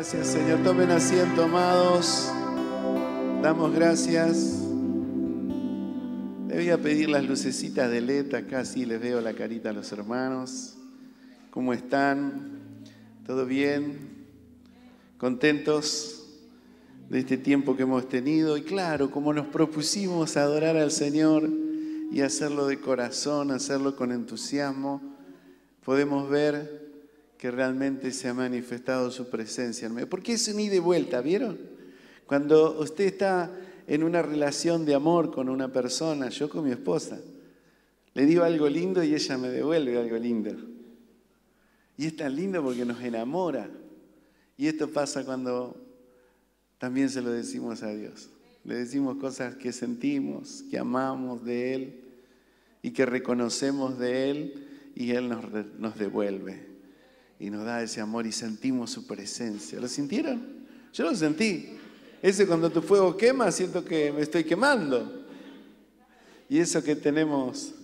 Gracias, Señor. Tomen asiento, amados. Damos gracias. Le voy a pedir las lucecitas de LED. Acá sí les veo la carita a los hermanos. ¿Cómo están? ¿Todo bien? ¿Contentos de este tiempo que hemos tenido? Y claro, como nos propusimos adorar al Señor y hacerlo de corazón, hacerlo con entusiasmo, podemos ver que realmente se ha manifestado su presencia en medio. Porque es un ida y vuelta, ¿vieron? Cuando usted está en una relación de amor con una persona, yo con mi esposa, le digo algo lindo y ella me devuelve algo lindo. Y es tan lindo porque nos enamora. Y esto pasa cuando también se lo decimos a Dios. Le decimos cosas que sentimos, que amamos de Él y que reconocemos de Él, y Él nos devuelve. Y nos da ese amor y sentimos su presencia. ¿Lo sintieron? Yo lo sentí. Ese cuando tu fuego quema, siento que me estoy quemando. Y eso que tenemos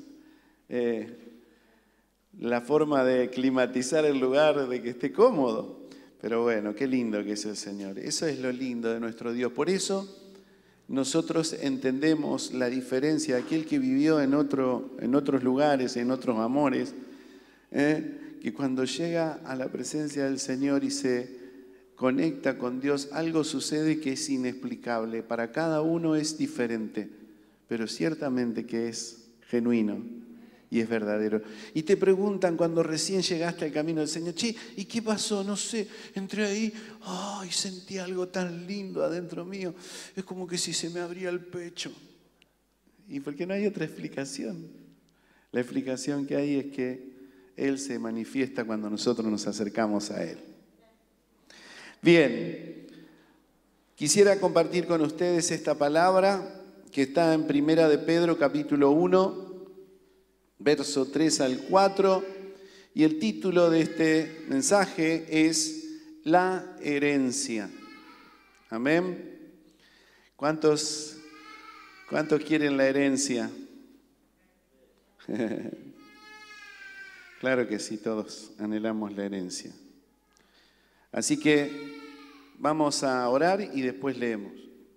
la forma de climatizar el lugar, de que esté cómodo. Pero bueno, qué lindo que es el Señor. Eso es lo lindo de nuestro Dios. Por eso nosotros entendemos la diferencia de aquel que vivió en otros lugares, en otros amores, que cuando llega a la presencia del Señor y se conecta con Dios, algo sucede que es inexplicable. Para cada uno es diferente, pero ciertamente que es genuino y es verdadero. Y te preguntan cuando recién llegaste al camino del Señor, che, ¿y qué pasó? No sé, entré ahí, ay, sentí algo tan lindo adentro mío, es como que si se me abría el pecho. Y porque no hay otra explicación. La explicación que hay es que Él se manifiesta cuando nosotros nos acercamos a Él. Bien, quisiera compartir con ustedes esta palabra que está en Primera de Pedro, capítulo 1, verso 3 al 4, y el título de este mensaje es La herencia. Amén. ¿Cuántos quieren la herencia? Claro que sí, todos anhelamos la herencia. Así que vamos a orar y después leemos.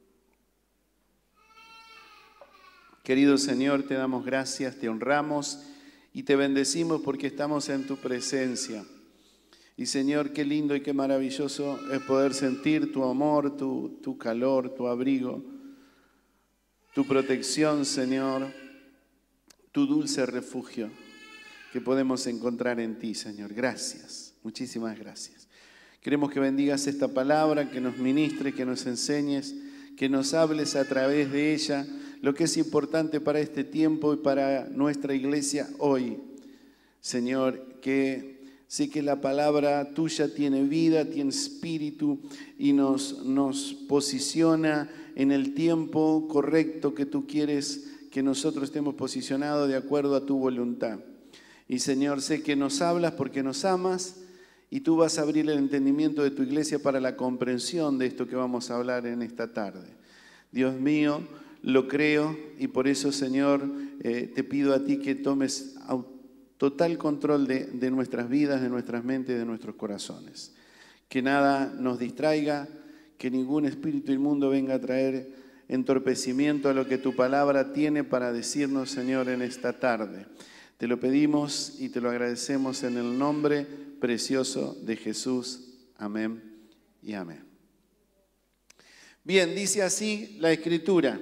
Querido Señor, te damos gracias, te honramos y te bendecimos porque estamos en tu presencia. Y Señor, qué lindo y qué maravilloso es poder sentir tu amor, tu calor, tu abrigo, tu protección, Señor, tu dulce refugio que podemos encontrar en ti, Señor. Gracias, muchísimas gracias. Queremos que bendigas esta palabra, que nos ministres, que nos enseñes, que nos hables a través de ella, lo que es importante para este tiempo y para nuestra iglesia hoy. Señor, que sé que la palabra tuya tiene vida, tiene espíritu y nos posiciona en el tiempo correcto que tú quieres que nosotros estemos posicionados de acuerdo a tu voluntad. Y Señor, sé que nos hablas porque nos amas y tú vas a abrir el entendimiento de tu iglesia para la comprensión de esto que vamos a hablar en esta tarde. Dios mío, lo creo y por eso, Señor, te pido a ti que tomes total control de nuestras vidas, de nuestras mentes, de nuestros corazones. Que nada nos distraiga, que ningún espíritu inmundo venga a traer entorpecimiento a lo que tu palabra tiene para decirnos, Señor, en esta tarde. Te lo pedimos y te lo agradecemos en el nombre precioso de Jesús. Amén y amén. Bien, dice así la Escritura.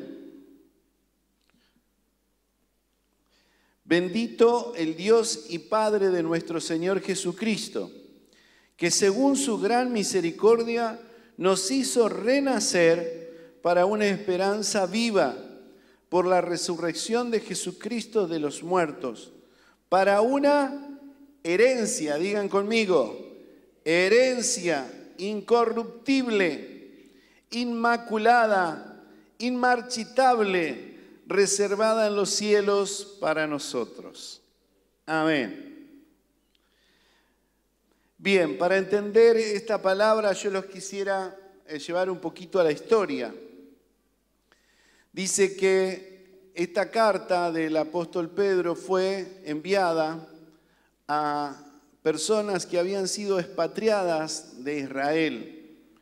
Bendito el Dios y Padre de nuestro Señor Jesucristo, que según su gran misericordia nos hizo renacer para una esperanza viva por la resurrección de Jesucristo de los muertos, para una herencia, digan conmigo, herencia incorruptible, inmaculada, inmarchitable, reservada en los cielos para nosotros. Amén. Bien, para entender esta palabra yo los quisiera llevar un poquito a la historia. Dice que esta carta del apóstol Pedro fue enviada a personas que habían sido expatriadas de Israel.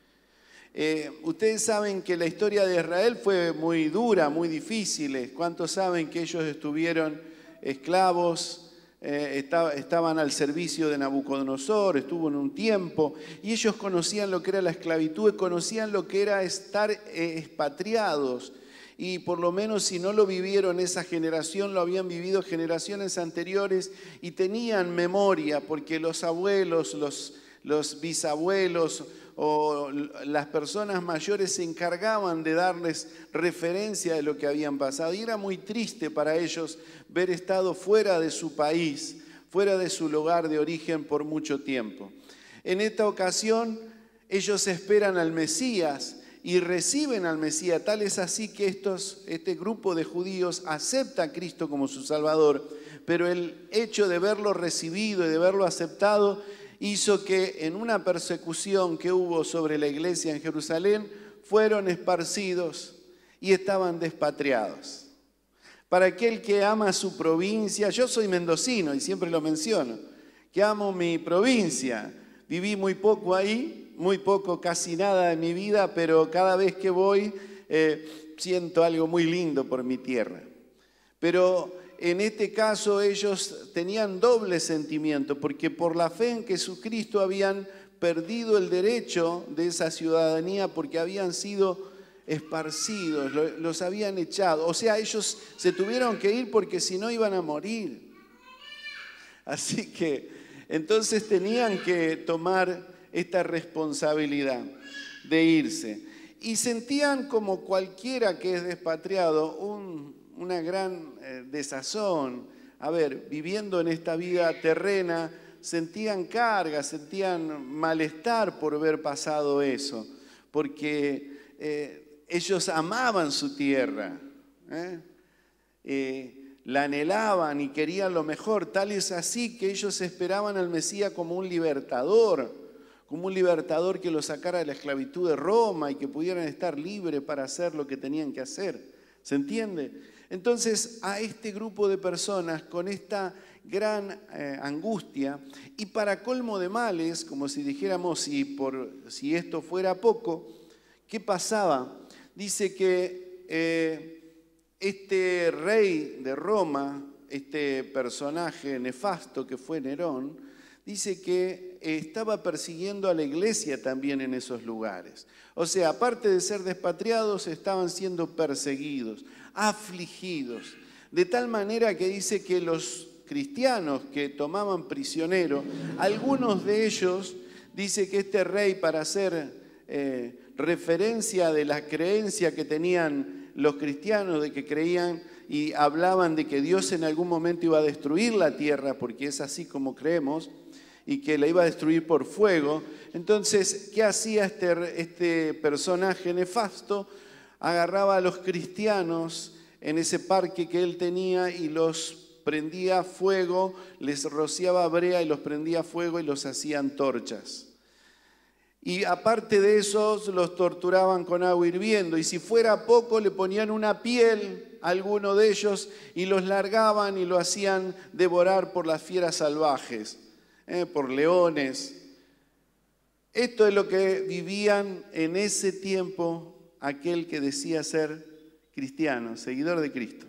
Ustedes saben que la historia de Israel fue muy dura, muy difícil. ¿Cuántos saben que ellos estuvieron esclavos? Estaban al servicio de Nabucodonosor, estuvo en un tiempo, y ellos conocían lo que era la esclavitud, conocían lo que era estar expatriados, y por lo menos si no lo vivieron esa generación, lo habían vivido generaciones anteriores, y tenían memoria, porque los abuelos, los bisabuelos o las personas mayores se encargaban de darles referencia de lo que habían pasado. Y era muy triste para ellos ver estado fuera de su país, fuera de su lugar de origen por mucho tiempo. En esta ocasión ellos esperan al Mesías y reciben al Mesías. Tal es así que este grupo de judíos acepta a Cristo como su Salvador, pero el hecho de verlo recibido y de verlo aceptado hizo que en una persecución que hubo sobre la iglesia en Jerusalén, fueron esparcidos y estaban despatriados. Para aquel que ama su provincia, yo soy mendocino y siempre lo menciono, que amo mi provincia, viví muy poco ahí, muy poco, casi nada de mi vida, pero cada vez que voy siento algo muy lindo por mi tierra. Pero en este caso ellos tenían doble sentimiento, porque por la fe en Jesucristo habían perdido el derecho de esa ciudadanía porque habían sido esparcidos, los habían echado. O sea, ellos se tuvieron que ir porque si no iban a morir. Así que entonces tenían que tomar esta responsabilidad de irse. Y sentían como cualquiera que es despatriado una gran desazón. A ver, viviendo en esta vida terrena, sentían carga, sentían malestar por haber pasado eso, porque ellos amaban su tierra, la anhelaban y querían lo mejor. Tal es así que ellos esperaban al Mesías como un libertador que los sacara de la esclavitud de Roma y que pudieran estar libres para hacer lo que tenían que hacer. ¿Se entiende? Entonces, a este grupo de personas con esta gran angustia, y para colmo de males, como si dijéramos, si esto fuera poco, ¿qué pasaba? Dice que este rey de Roma, este personaje nefasto que fue Nerón, dice que estaba persiguiendo a la iglesia también en esos lugares. O sea, aparte de ser despatriados, estaban siendo perseguidos, afligidos, de tal manera que dice que los cristianos que tomaban prisionero, algunos de ellos, dice que este rey, para hacer referencia de la creencia que tenían los cristianos, de que creían y hablaban de que Dios en algún momento iba a destruir la tierra, porque es así como creemos, y que la iba a destruir por fuego. Entonces, ¿qué hacía este personaje nefasto? Agarraba a los cristianos en ese parque que él tenía y los prendía fuego, les rociaba brea y los prendía fuego y los hacía antorchas. Y aparte de eso, los torturaban con agua hirviendo, y si fuera poco, le ponían una piel a alguno de ellos y los largaban y lo hacían devorar por las fieras salvajes, por leones. Esto es lo que vivían en ese tiempo aquel que decía ser cristiano, seguidor de Cristo.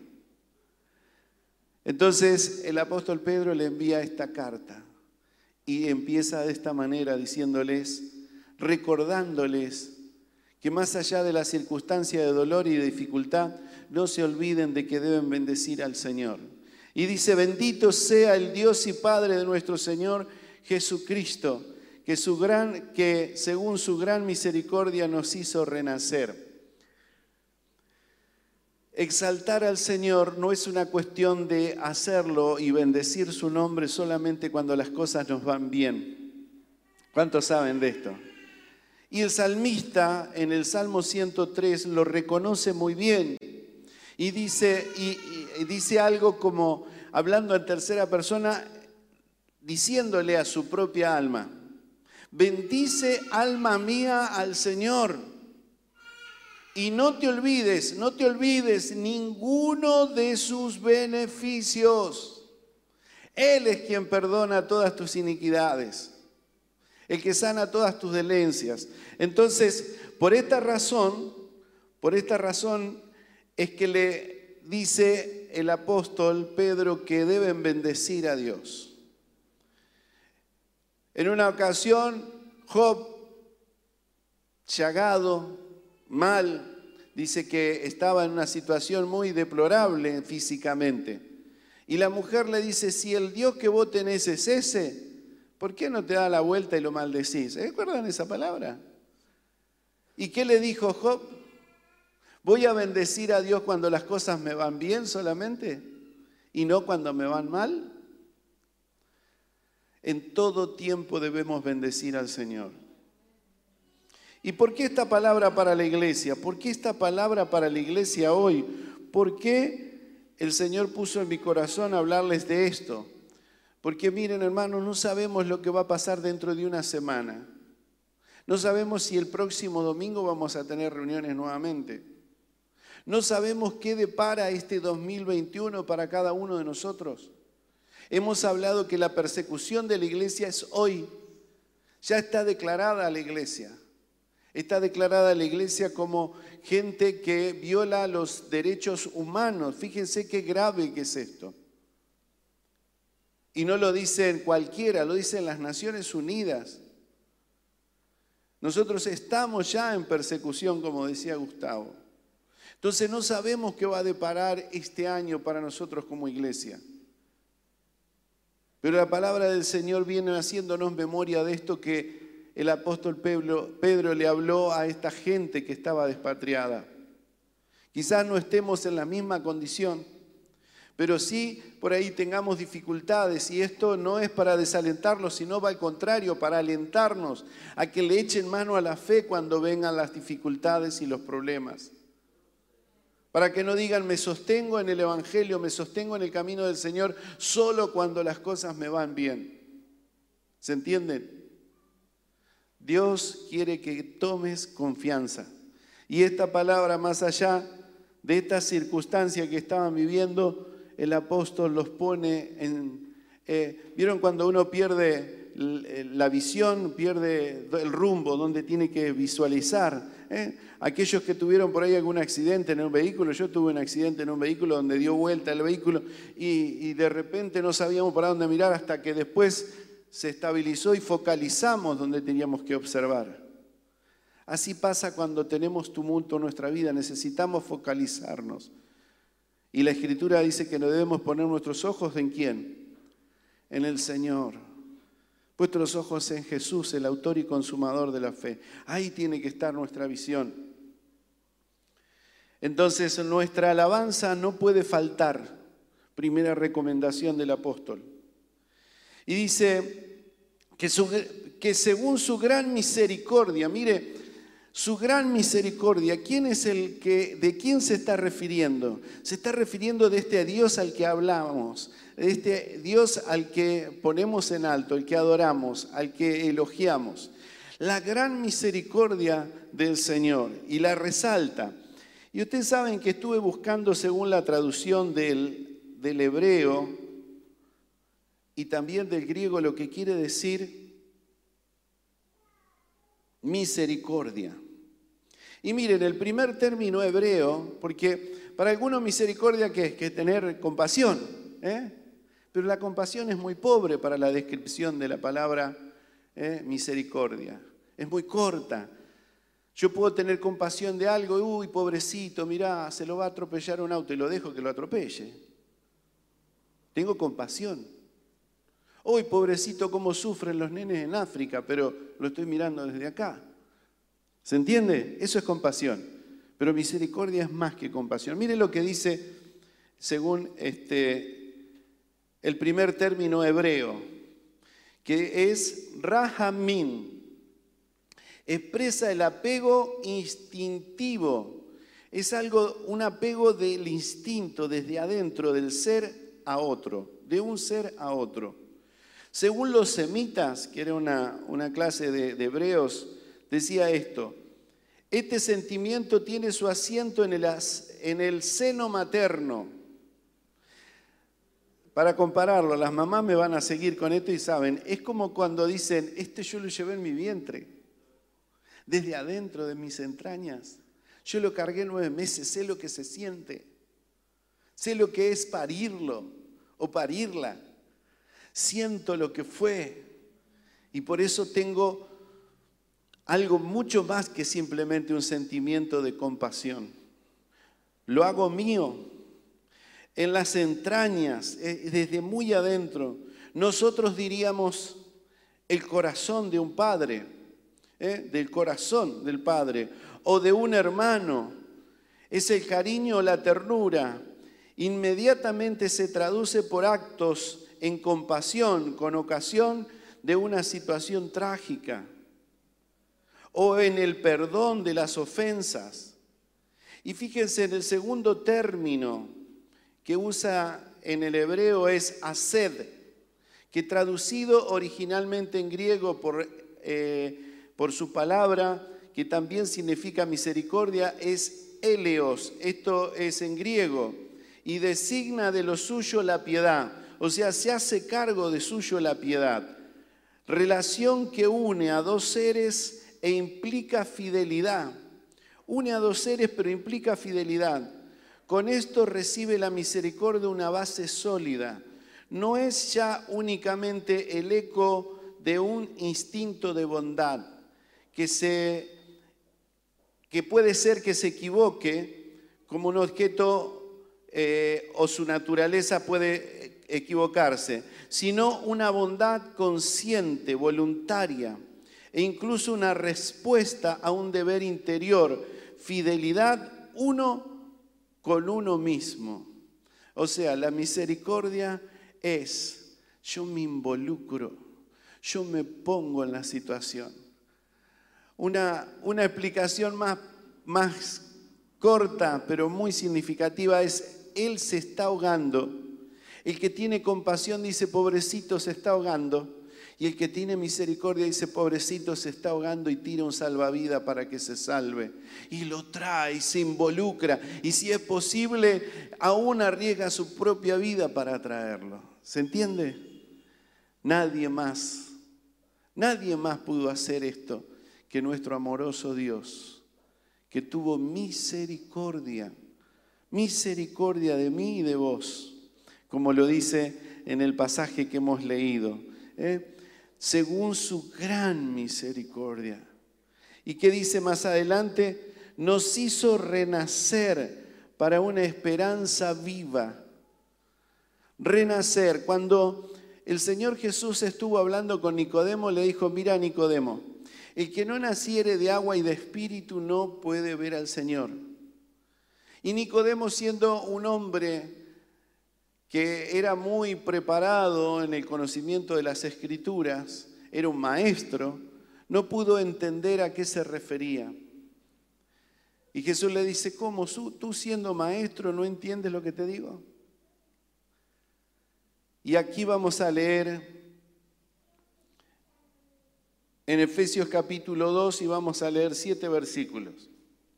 Entonces el apóstol Pedro le envía esta carta y empieza de esta manera diciéndoles, recordándoles que más allá de la circunstancia de dolor y de dificultad, no se olviden de que deben bendecir al Señor. Y dice, bendito sea el Dios y Padre de nuestro Señor Jesucristo, que según su gran misericordia nos hizo renacer. Exaltar al Señor no es una cuestión de hacerlo y bendecir su nombre solamente cuando las cosas nos van bien. ¿Cuántos saben de esto? Y el salmista en el Salmo 103 lo reconoce muy bien y dice algo como, hablando en tercera persona, diciéndole a su propia alma, bendice alma mía al Señor y no te olvides ninguno de sus beneficios. Él es quien perdona todas tus iniquidades, el que sana todas tus dolencias. Entonces, por esta razón es que le dice el apóstol Pedro que deben bendecir a Dios. En una ocasión, Job, llagado, mal, dice que estaba en una situación muy deplorable físicamente. Y la mujer le dice, si el Dios que vos tenés es ese, ¿por qué no te da la vuelta y lo maldecís? ¿Recuerdan esa palabra? ¿Y qué le dijo Job? ¿Voy a bendecir a Dios cuando las cosas me van bien solamente y no cuando me van mal? En todo tiempo debemos bendecir al Señor. ¿Y por qué esta palabra para la iglesia? ¿Por qué esta palabra para la iglesia hoy? ¿Por qué el Señor puso en mi corazón hablarles de esto? Porque miren, hermanos, no sabemos lo que va a pasar dentro de una semana. No sabemos si el próximo domingo vamos a tener reuniones nuevamente. No sabemos qué depara este 2021 para cada uno de nosotros. Hemos hablado que la persecución de la iglesia es hoy. Ya está declarada la iglesia. Está declarada la iglesia como gente que viola los derechos humanos. Fíjense qué grave que es esto. Y no lo dicen cualquiera, lo dicen las Naciones Unidas. Nosotros estamos ya en persecución, como decía Gustavo. Entonces no sabemos qué va a deparar este año para nosotros como iglesia. Pero la palabra del Señor viene haciéndonos memoria de esto que el apóstol Pedro le habló a esta gente que estaba despatriada. Quizás no estemos en la misma condición, pero sí por ahí tengamos dificultades, y esto no es para desalentarlos, sino al contrario, para alentarnos a que le echen mano a la fe cuando vengan las dificultades y los problemas. Para que no digan, me sostengo en el Evangelio, me sostengo en el camino del Señor solo cuando las cosas me van bien. ¿Se entienden? Dios quiere que tomes confianza. Y esta palabra, más allá de esta circunstancia que estaban viviendo, el apóstol los pone en... ¿Vieron cuando uno pierde la visión, pierde el rumbo, donde tiene que visualizar? Aquellos que tuvieron por ahí algún accidente en un vehículo, yo tuve un accidente en un vehículo donde dio vuelta el vehículo y de repente no sabíamos para dónde mirar hasta que después se estabilizó y focalizamos donde teníamos que observar. Así pasa cuando tenemos tumulto en nuestra vida, necesitamos focalizarnos. Y la Escritura dice que no debemos poner nuestros ojos ¿en quién? En el Señor. Puestos los ojos en Jesús, el autor y consumador de la fe. Ahí tiene que estar nuestra visión. Entonces nuestra alabanza no puede faltar. Primera recomendación del apóstol. Y dice que según su gran misericordia, mire, su gran misericordia, ¿de quién se está refiriendo? Se está refiriendo de este Dios al que hablamos, de este Dios al que ponemos en alto, al que adoramos, al que elogiamos. La gran misericordia del Señor, y la resalta. Y ustedes saben que estuve buscando según la traducción del hebreo y también del griego lo que quiere decir misericordia. Y miren, el primer término hebreo, porque para algunos misericordia que es tener compasión, pero la compasión es muy pobre para la descripción de la palabra misericordia. Es muy corta. Yo puedo tener compasión de algo, uy, pobrecito, mirá, se lo va a atropellar un auto y lo dejo que lo atropelle. Tengo compasión. Uy, pobrecito, cómo sufren los nenes en África, pero lo estoy mirando desde acá. ¿Se entiende? Eso es compasión. Pero misericordia es más que compasión. Mire lo que dice según el primer término hebreo, que es rahamim. Expresa el apego instintivo. Es un apego del instinto, desde adentro, del ser a otro, de un ser a otro. Según los semitas, que era una clase de hebreos, decía esto: este sentimiento tiene su asiento en el seno materno. Para compararlo, las mamás me van a seguir con esto y saben, es como cuando dicen, yo lo llevé en mi vientre. desde adentro de mis entrañas. Yo lo cargué 9 meses, sé lo que se siente. Sé lo que es parirlo o parirla. Siento lo que fue. Y por eso tengo algo mucho más que simplemente un sentimiento de compasión. Lo hago mío. En las entrañas, desde muy adentro. Nosotros diríamos el corazón de un padre, del corazón del padre, o de un hermano. Es el cariño o la ternura. Inmediatamente se traduce por actos en compasión con ocasión de una situación trágica, o en el perdón de las ofensas. Y fíjense, en el segundo término que usa en el hebreo es ased, que traducido originalmente en griego por su palabra, que también significa misericordia, es eleos. Esto es en griego y designa de lo suyo la piedad. O sea, se hace cargo de suyo la piedad. Relación que une a dos seres e implica fidelidad. Une a dos seres pero implica fidelidad. Con esto recibe la misericordia una base sólida. No es ya únicamente el eco de un instinto de bondad que puede ser que se equivoque como un objeto o su naturaleza puede equivocarse, sino una bondad consciente, voluntaria e incluso una respuesta a un deber interior, fidelidad uno con uno mismo. O sea, la misericordia es, yo me involucro, yo me pongo en la situación. Una explicación más corta, pero muy significativa es, él se está ahogando. El que tiene compasión dice, pobrecito, se está ahogando. Y el que tiene misericordia dice, pobrecito, se está ahogando y tira un salvavidas para que se salve. Y lo trae y se involucra. Y si es posible, aún arriesga su propia vida para traerlo. ¿Se entiende? Nadie más pudo hacer esto que nuestro amoroso Dios, que tuvo misericordia de mí y de vos, como lo dice en el pasaje que hemos leído, según su gran misericordia. ¿Y qué dice más adelante? Nos hizo renacer para una esperanza viva. Renacer. Cuando el Señor Jesús estuvo hablando con Nicodemo, le dijo, mira Nicodemo, el que no naciere de agua y de espíritu no puede ver al Señor. Y Nicodemo, siendo un hombre que era muy preparado en el conocimiento de las Escrituras, era un maestro, no pudo entender a qué se refería. Y Jesús le dice, ¿cómo? ¿Tú siendo maestro no entiendes lo que te digo? Y aquí vamos a leer en Efesios capítulo 2 y vamos a leer 7 versículos.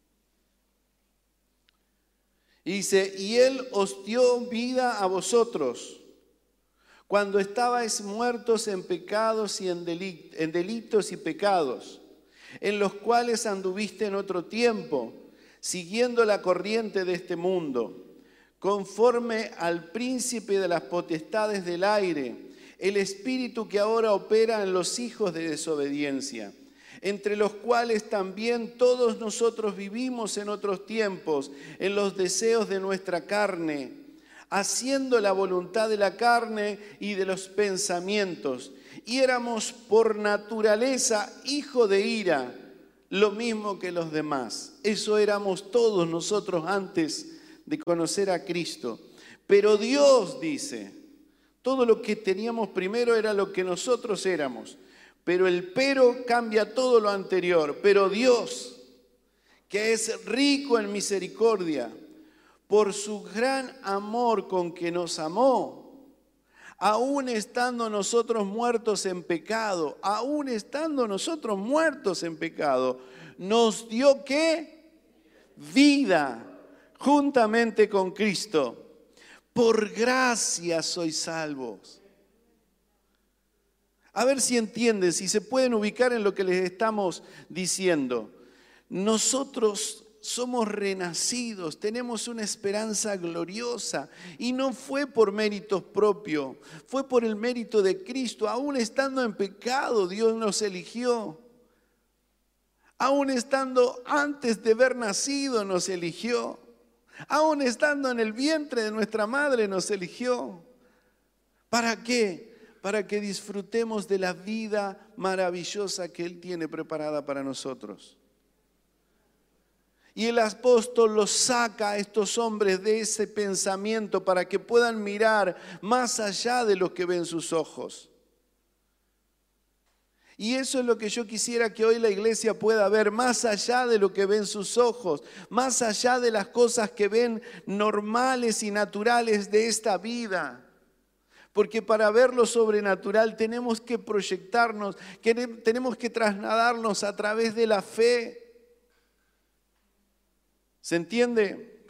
Y dice, y Él os dio vida a vosotros cuando estabais muertos en pecados y en delitos y pecados, en los cuales anduviste en otro tiempo, siguiendo la corriente de este mundo, conforme al príncipe de las potestades del aire, el espíritu que ahora opera en los hijos de desobediencia, entre los cuales también todos nosotros vivimos en otros tiempos, en los deseos de nuestra carne, haciendo la voluntad de la carne y de los pensamientos. Y éramos por naturaleza hijos de ira, lo mismo que los demás. Eso éramos todos nosotros antes de conocer a Cristo. Pero Dios dice, todo lo que teníamos primero era lo que nosotros éramos. Pero el pero cambia todo lo anterior. Pero Dios, que es rico en misericordia, por su gran amor con que nos amó, aún estando nosotros muertos en pecado, nos dio ¿qué? Vida juntamente con Cristo. Por gracia sois salvos. A ver si entienden, si se pueden ubicar en lo que les estamos diciendo. Nosotros somos renacidos, tenemos una esperanza gloriosa y no fue por méritos propios, fue por el mérito de Cristo. Aún estando en pecado, Dios nos eligió. Aún estando antes de haber nacido, nos eligió. Aún estando en el vientre de nuestra madre, nos eligió. ¿Para qué? Para que disfrutemos de la vida maravillosa que Él tiene preparada para nosotros. Y el apóstol los saca a estos hombres de ese pensamiento para que puedan mirar más allá de lo que ven sus ojos. Y eso es lo que yo quisiera que hoy la iglesia pueda ver, más allá de lo que ven sus ojos, más allá de las cosas que ven normales y naturales de esta vida. Porque para ver lo sobrenatural tenemos que proyectarnos, tenemos que trasladarnos a través de la fe. ¿Se entiende?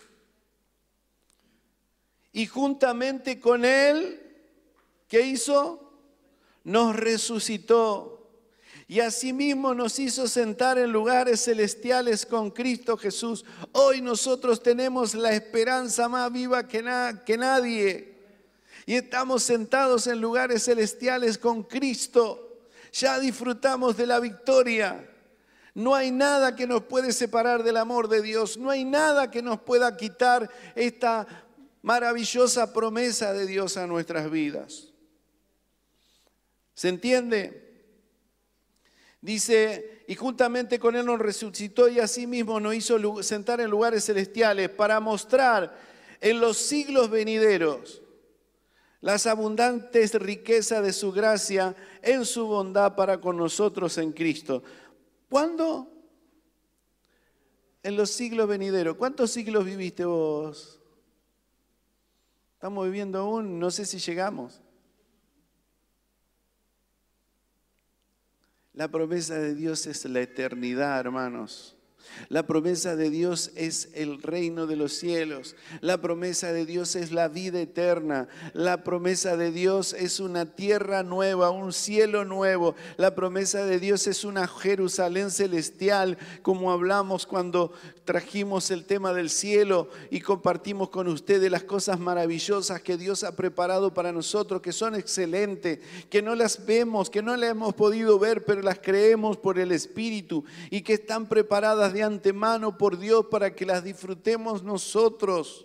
Y juntamente con Él, ¿qué hizo? Nos resucitó. Y asimismo nos hizo sentar en lugares celestiales con Cristo Jesús. Hoy nosotros tenemos la esperanza más viva que nadie. Y estamos sentados en lugares celestiales con Cristo. Ya disfrutamos de la victoria. No hay nada que nos puede separar del amor de Dios. No hay nada que nos pueda quitar esta maravillosa promesa de Dios a nuestras vidas. ¿Se entiende? Dice, y juntamente con Él nos resucitó y asimismo nos hizo sentar en lugares celestiales para mostrar en los siglos venideros las abundantes riquezas de su gracia en su bondad para con nosotros en Cristo. ¿Cuándo? En los siglos venideros. ¿Cuántos siglos viviste vos? Estamos viviendo aún, no sé si llegamos. La promesa de Dios es la eternidad, hermanos. La promesa de Dios es el reino de los cielos. La promesa de Dios es la vida eterna. La promesa de Dios es una tierra nueva, un cielo nuevo. La promesa de Dios es una Jerusalén celestial, como hablamos cuando trajimos el tema del cielo y compartimos con ustedes las cosas maravillosas que Dios ha preparado para nosotros, que son excelentes, que no las vemos, que no las hemos podido ver, pero las creemos por el Espíritu y que están preparadas de antemano por Dios para que las disfrutemos nosotros.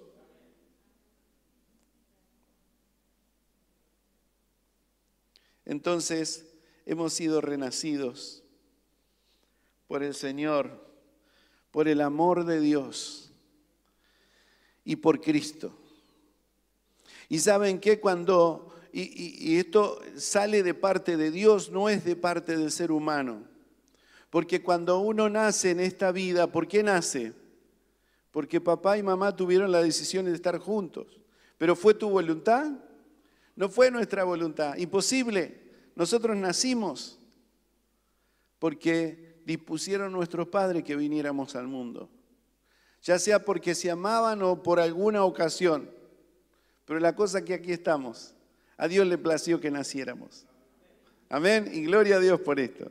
Entonces, hemos sido renacidos por el Señor, por el amor de Dios y por Cristo. Y saben que cuando, y esto sale de parte de Dios, no es de parte del ser humano. Porque cuando uno nace en esta vida, ¿por qué nace? Porque papá y mamá tuvieron la decisión de estar juntos. ¿Pero fue tu voluntad? No fue nuestra voluntad. Imposible. Nosotros nacimos porque dispusieron nuestros padres que viniéramos al mundo. Ya sea porque se amaban o por alguna ocasión. Pero la cosa es que aquí estamos. A Dios le plació que naciéramos. Amén. Y gloria a Dios por esto.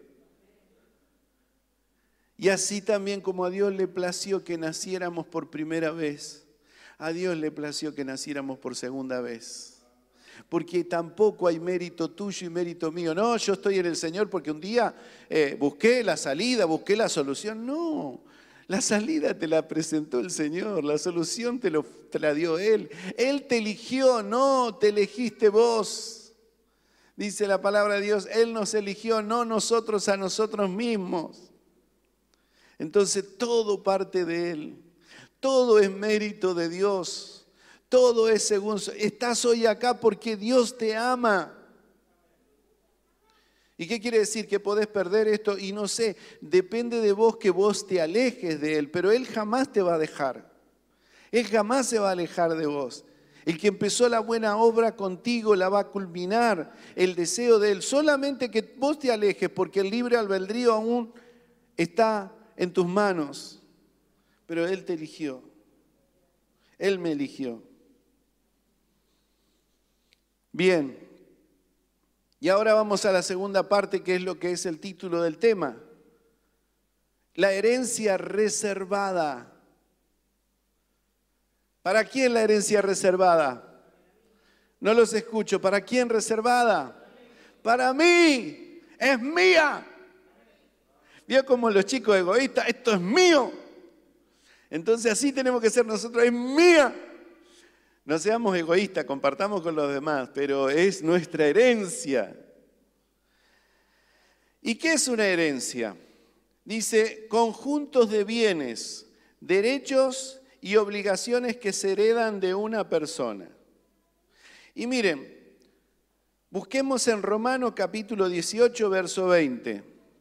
Y así también como a Dios le plació que naciéramos por primera vez, a Dios le plació que naciéramos por segunda vez. Porque tampoco hay mérito tuyo y mérito mío. No, yo estoy en el Señor porque un día busqué la salida, busqué la solución. No, la salida te la presentó el Señor, la solución te la dio Él. Él te eligió, no te elegiste vos. Dice la palabra de Dios, Él nos eligió, no nosotros a nosotros mismos. Entonces todo parte de Él, todo es mérito de Dios, todo es según, estás hoy acá porque Dios te ama. ¿Y qué quiere decir? Que podés perder esto y no sé, depende de vos que vos te alejes de Él, pero Él jamás te va a dejar, Él jamás se va a alejar de vos. El que empezó la buena obra contigo la va a culminar, el deseo de Él, solamente que vos te alejes porque el libre albedrío aún está en tus manos, pero Él te eligió, Él me eligió. Bien, Y ahora vamos a la segunda parte, que es lo que es el título del tema. La herencia reservada. ¿Para quién la herencia reservada? No los escucho. ¿Para quién reservada? Para mí. Es mía. ¿Vio como los chicos egoístas? Esto es mío. Entonces así tenemos que ser nosotros. Es mía. No seamos egoístas, compartamos con los demás, pero es nuestra herencia. ¿Y qué es una herencia? Dice, conjuntos de bienes, derechos y obligaciones que se heredan de una persona. Y miren, busquemos en Romanos capítulo 18, verso 20.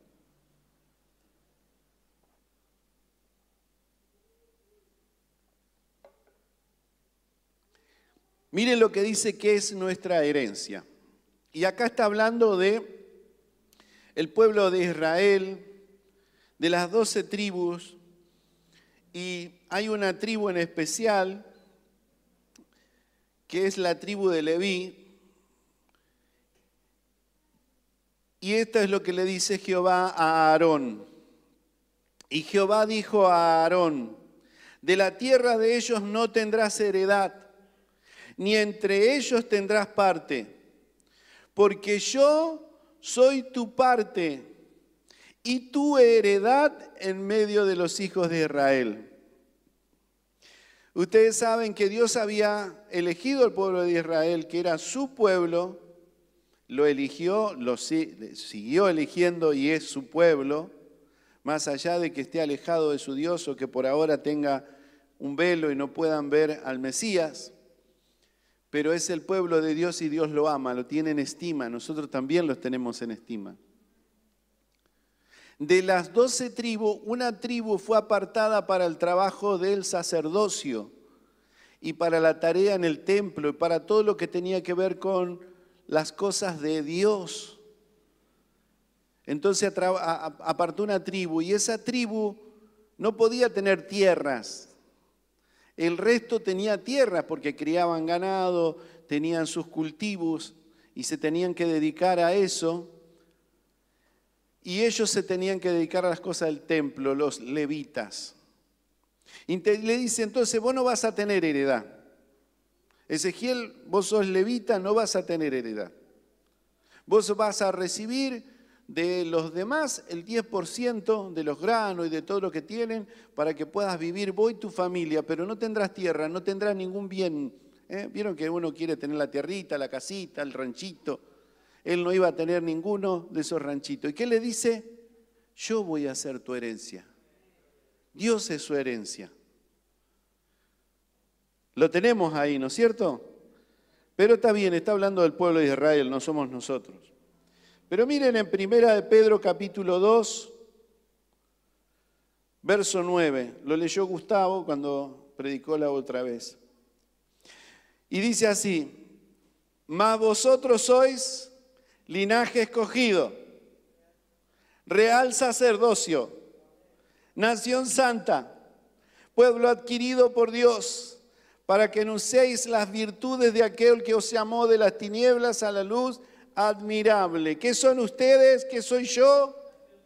Miren lo que dice que es nuestra herencia. Y acá está hablando de el pueblo de Israel, de las 12 tribus, y hay una tribu en especial, que es la tribu de Leví, y esto es lo que le dice Jehová a Aarón. Y Jehová dijo a Aarón, de la tierra de ellos no tendrás heredad, ni entre ellos tendrás parte, porque yo soy tu parte y tu heredad en medio de los hijos de Israel. Ustedes saben que Dios había elegido al pueblo de Israel, que era su pueblo, lo eligió, lo siguió eligiendo y es su pueblo, más allá de que esté alejado de su Dios o que por ahora tenga un velo y no puedan ver al Mesías. Pero es el pueblo de Dios y Dios lo ama, lo tiene en estima. Nosotros también los tenemos en estima. De las 12 tribus, una tribu fue apartada para el trabajo del sacerdocio y para la tarea en el templo y para todo lo que tenía que ver con las cosas de Dios. Entonces apartó una tribu y esa tribu no podía tener tierras. El resto tenía tierras porque criaban ganado, tenían sus cultivos y se tenían que dedicar a eso. Y ellos se tenían que dedicar a las cosas del templo, los levitas. Y le dice, entonces vos no vas a tener heredad. Ezequiel, vos sos levita, no vas a tener heredad. Vos vas a recibir de los demás el 10% de los granos y de todo lo que tienen para que puedas vivir vos y tu familia, pero no tendrás tierra, no tendrás ningún bien. ¿Vieron que uno quiere tener la tierrita, la casita, el ranchito? Él no iba a tener ninguno de esos ranchitos. ¿Y qué le dice? Yo voy a ser tu herencia. Dios es su herencia. Lo tenemos ahí, ¿no es cierto? Pero está bien, está hablando del pueblo de Israel, no somos nosotros. Pero miren en Primera de Pedro capítulo 2, verso 9. Lo leyó Gustavo cuando predicó la otra vez. Y dice así, mas vosotros sois linaje escogido, real sacerdocio, nación santa, pueblo adquirido por Dios, para que anunciéis las virtudes de aquel que os llamó de las tinieblas a la luz admirable. ¿Qué son ustedes? ¿Qué soy yo?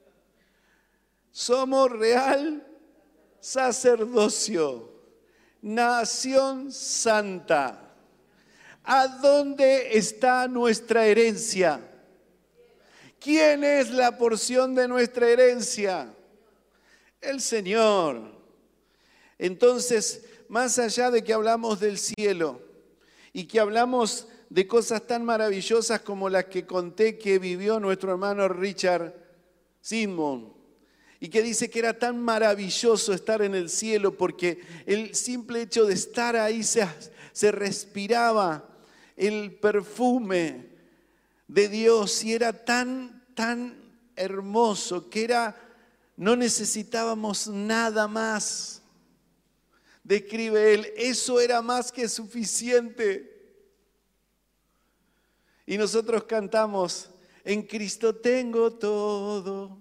Somos real sacerdocio, nación santa. ¿A dónde está nuestra herencia? ¿Quién es la porción de nuestra herencia? El Señor. Entonces, más allá de que hablamos del cielo y que hablamos de cosas tan maravillosas como las que conté que vivió nuestro hermano Richard Simon, y que dice que era tan maravilloso estar en el cielo porque el simple hecho de estar ahí se respiraba el perfume de Dios y era tan hermoso que no necesitábamos nada más. Describe él, eso era más que suficiente. Y nosotros cantamos, en Cristo tengo todo.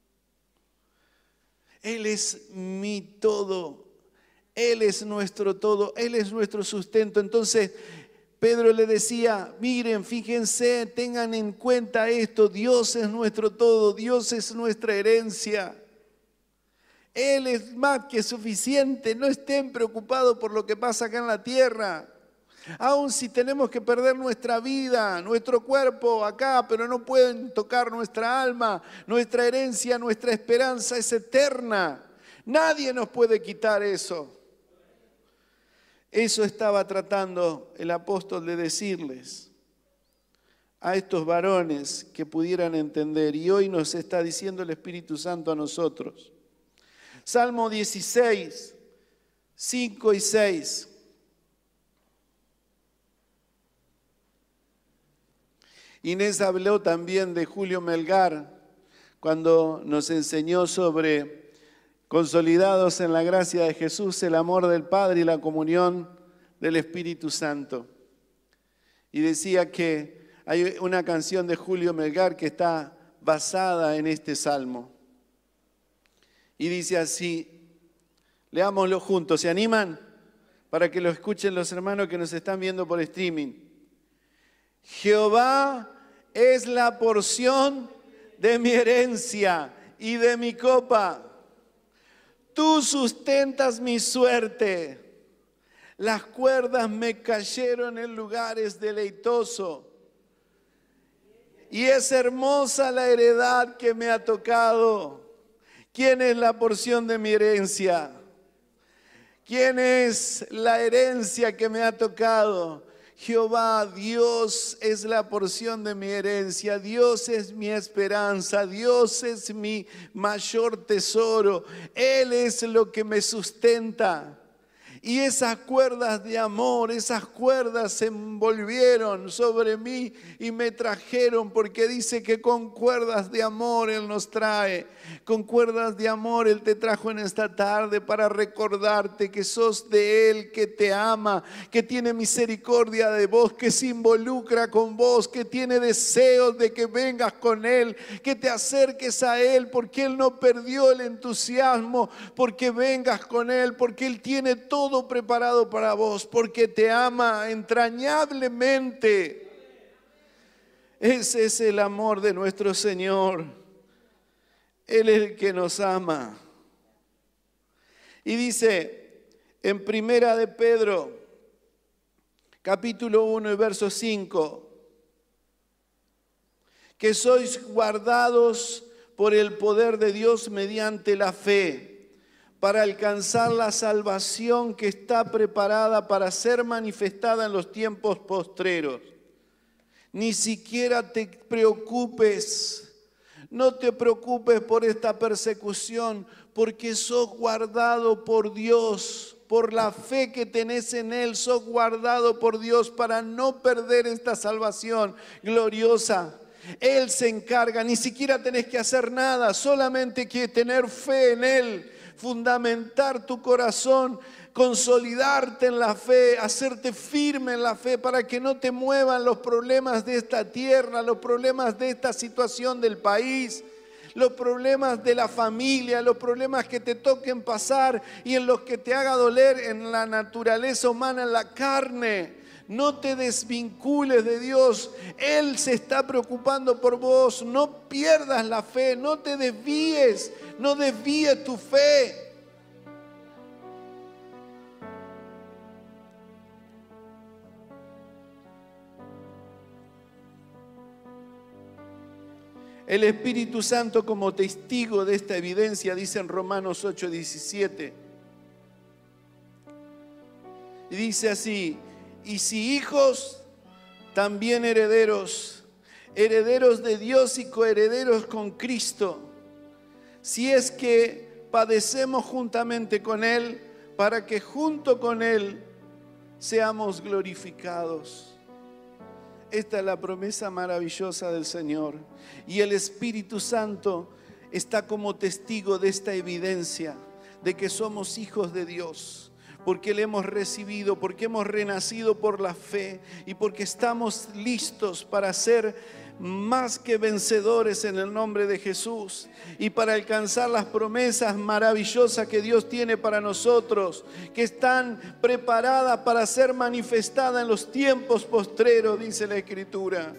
Él es mi todo. Él es nuestro todo. Él es nuestro sustento. Entonces, Pedro le decía, miren, fíjense, tengan en cuenta esto, Dios es nuestro todo, Dios es nuestra herencia. Él es más que suficiente, no estén preocupados por lo que pasa acá en la tierra. Aun si tenemos que perder nuestra vida, nuestro cuerpo acá, pero no pueden tocar nuestra alma, nuestra herencia, nuestra esperanza es eterna. Nadie nos puede quitar eso. Eso estaba tratando el apóstol de decirles a estos varones que pudieran entender. Y hoy nos está diciendo el Espíritu Santo a nosotros. Salmo 16, 5 y 6. Inés habló también de Julio Melgar cuando nos enseñó sobre consolidados en la gracia de Jesús, el amor del Padre y la comunión del Espíritu Santo. Y decía que hay una canción de Julio Melgar que está basada en este salmo. Y dice así, leámoslo juntos, ¿se animan? Para que lo escuchen los hermanos que nos están viendo por streaming. Jehová es la porción de mi herencia y de mi copa. Tú sustentas mi suerte. Las cuerdas me cayeron en lugares deleitosos. Y es hermosa la heredad que me ha tocado. ¿Quién es la porción de mi herencia? ¿Quién es la herencia que me ha tocado? Jehová, Dios es la porción de mi herencia, Dios es mi esperanza, Dios es mi mayor tesoro, Él es lo que me sustenta. Y esas cuerdas de amor, esas cuerdas se envolvieron sobre mí y me trajeron, porque dice que con cuerdas de amor Él nos trae. Con cuerdas de amor Él te trajo en esta tarde para recordarte que sos de Él, que te ama, que tiene misericordia de vos, que se involucra con vos, que tiene deseos de que vengas con Él, que te acerques a Él, porque Él no perdió el entusiasmo, porque vengas con Él, porque Él tiene todo preparado para vos, porque te ama entrañablemente. Ese es el amor de nuestro Señor. Él es el que nos ama. Y dice en Primera de Pedro, capítulo 1 y verso 5, que sois guardados por el poder de Dios mediante la fe, para alcanzar la salvación que está preparada para ser manifestada en los tiempos postreros. Ni siquiera te preocupes, no te preocupes por esta persecución, porque sos guardado por Dios, por la fe que tenés en Él, sos guardado por Dios para no perder esta salvación gloriosa. Él se encarga, ni siquiera tenés que hacer nada, solamente que tener fe en Él, fundamentar tu corazón, consolidarte en la fe, hacerte firme en la fe para que no te muevan los problemas de esta tierra, los problemas de esta situación del país, los problemas de la familia, los problemas que te toquen pasar y en los que te haga doler en la naturaleza humana, en la carne. No te desvincules de Dios. Él se está preocupando por vos. No pierdas la fe, no te desvíes, no desvíes tu fe. El Espíritu Santo como testigo de esta evidencia, dice en Romanos 8:17. Y dice así: y si hijos, también herederos, herederos de Dios y coherederos con Cristo, si es que padecemos juntamente con Él, para que junto con Él seamos glorificados. Esta es la promesa maravillosa del Señor. Y el Espíritu Santo está como testigo de esta evidencia, de que somos hijos de Dios. Porque le hemos recibido, porque hemos renacido por la fe y porque estamos listos para ser más que vencedores en el nombre de Jesús, y para alcanzar las promesas maravillosas que Dios tiene para nosotros, que están preparadas para ser manifestadas en los tiempos postreros, dice la Escritura.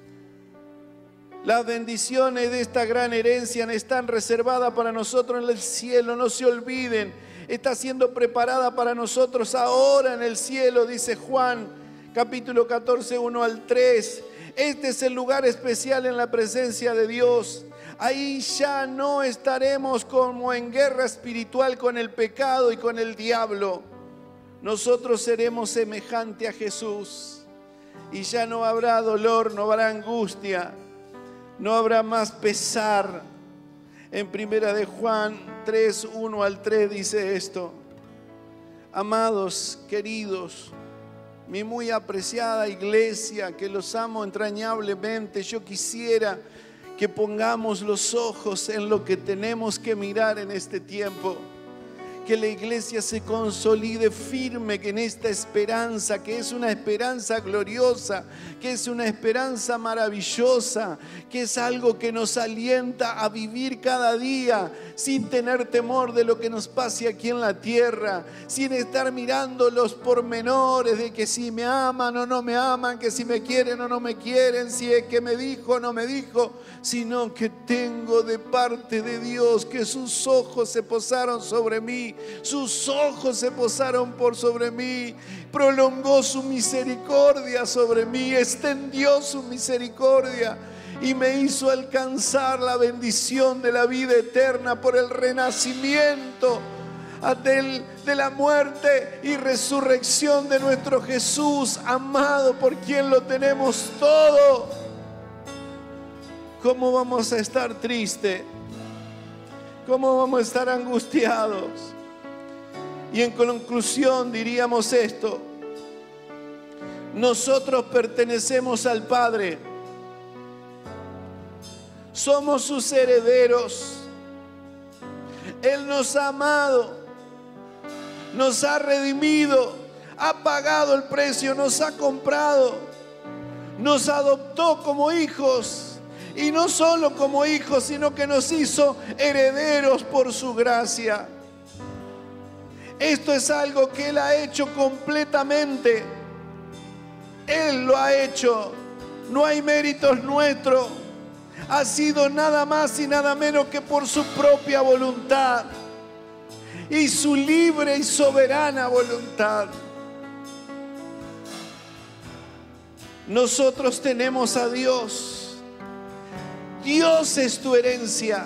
Las bendiciones de esta gran herencia están reservadas para nosotros en el cielo, no se olviden. Está siendo preparada para nosotros ahora en el cielo, dice Juan, capítulo 14, 1 al 3. Este es el lugar especial en la presencia de Dios. Ahí ya no estaremos como en guerra espiritual con el pecado y con el diablo. Nosotros seremos semejante a Jesús. Y ya no habrá dolor, no habrá angustia, no habrá más pesar. En primera de Juan 3, 1 al 3 dice esto: amados, queridos, mi muy apreciada iglesia, que los amo entrañablemente, yo quisiera que pongamos los ojos en lo que tenemos que mirar en este tiempo. Que la iglesia se consolide firme en esta esperanza, que es una esperanza gloriosa, que es una esperanza maravillosa, que es algo que nos alienta a vivir cada día sin tener temor de lo que nos pase aquí en la tierra, sin estar mirando los pormenores de que si me aman o no me aman, que si me quieren o no me quieren, si es que me dijo o no me dijo, sino que tengo de parte de Dios que sus ojos se posaron sobre mí. Sus ojos se posaron por sobre mí, prolongó su misericordia sobre mí, extendió su misericordia y me hizo alcanzar la bendición de la vida eterna por el renacimiento de la muerte y resurrección de nuestro Jesús amado, por quien lo tenemos todo. ¿Cómo vamos a estar tristes? ¿Cómo vamos a estar angustiados? Y en conclusión diríamos esto: nosotros pertenecemos al Padre, somos sus herederos. Él nos ha amado, nos ha redimido, ha pagado el precio, nos ha comprado, nos adoptó como hijos, y no solo como hijos, sino que nos hizo herederos por su gracia. Esto es algo que Él ha hecho completamente. Él lo ha hecho. No hay méritos nuestros. Ha sido nada más y nada menos que por su propia voluntad y su libre y soberana voluntad. Nosotros tenemos a Dios. Dios es tu herencia.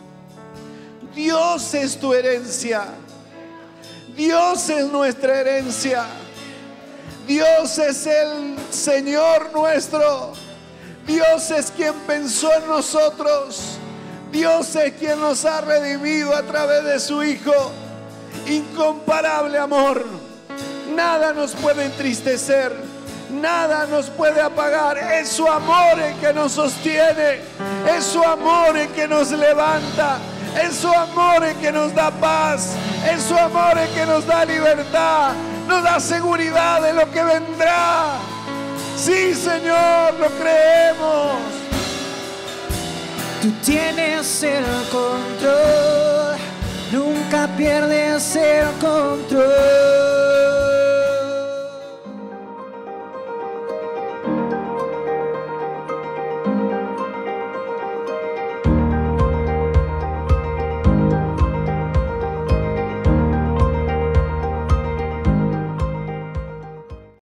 Dios es tu herencia. Dios es nuestra herencia. Dios es el Señor nuestro. Dios es quien pensó en nosotros. Dios es quien nos ha redimido a través de su Hijo. Incomparable amor. Nada nos puede entristecer. Nada nos puede apagar. Es su amor el que nos sostiene. Es su amor el que nos levanta. Es su amor el que nos da paz. Es su amor el que nos da libertad. Nos da seguridad de lo que vendrá. Sí, Señor, lo creemos. Tú tienes el control. Nunca pierdes el control.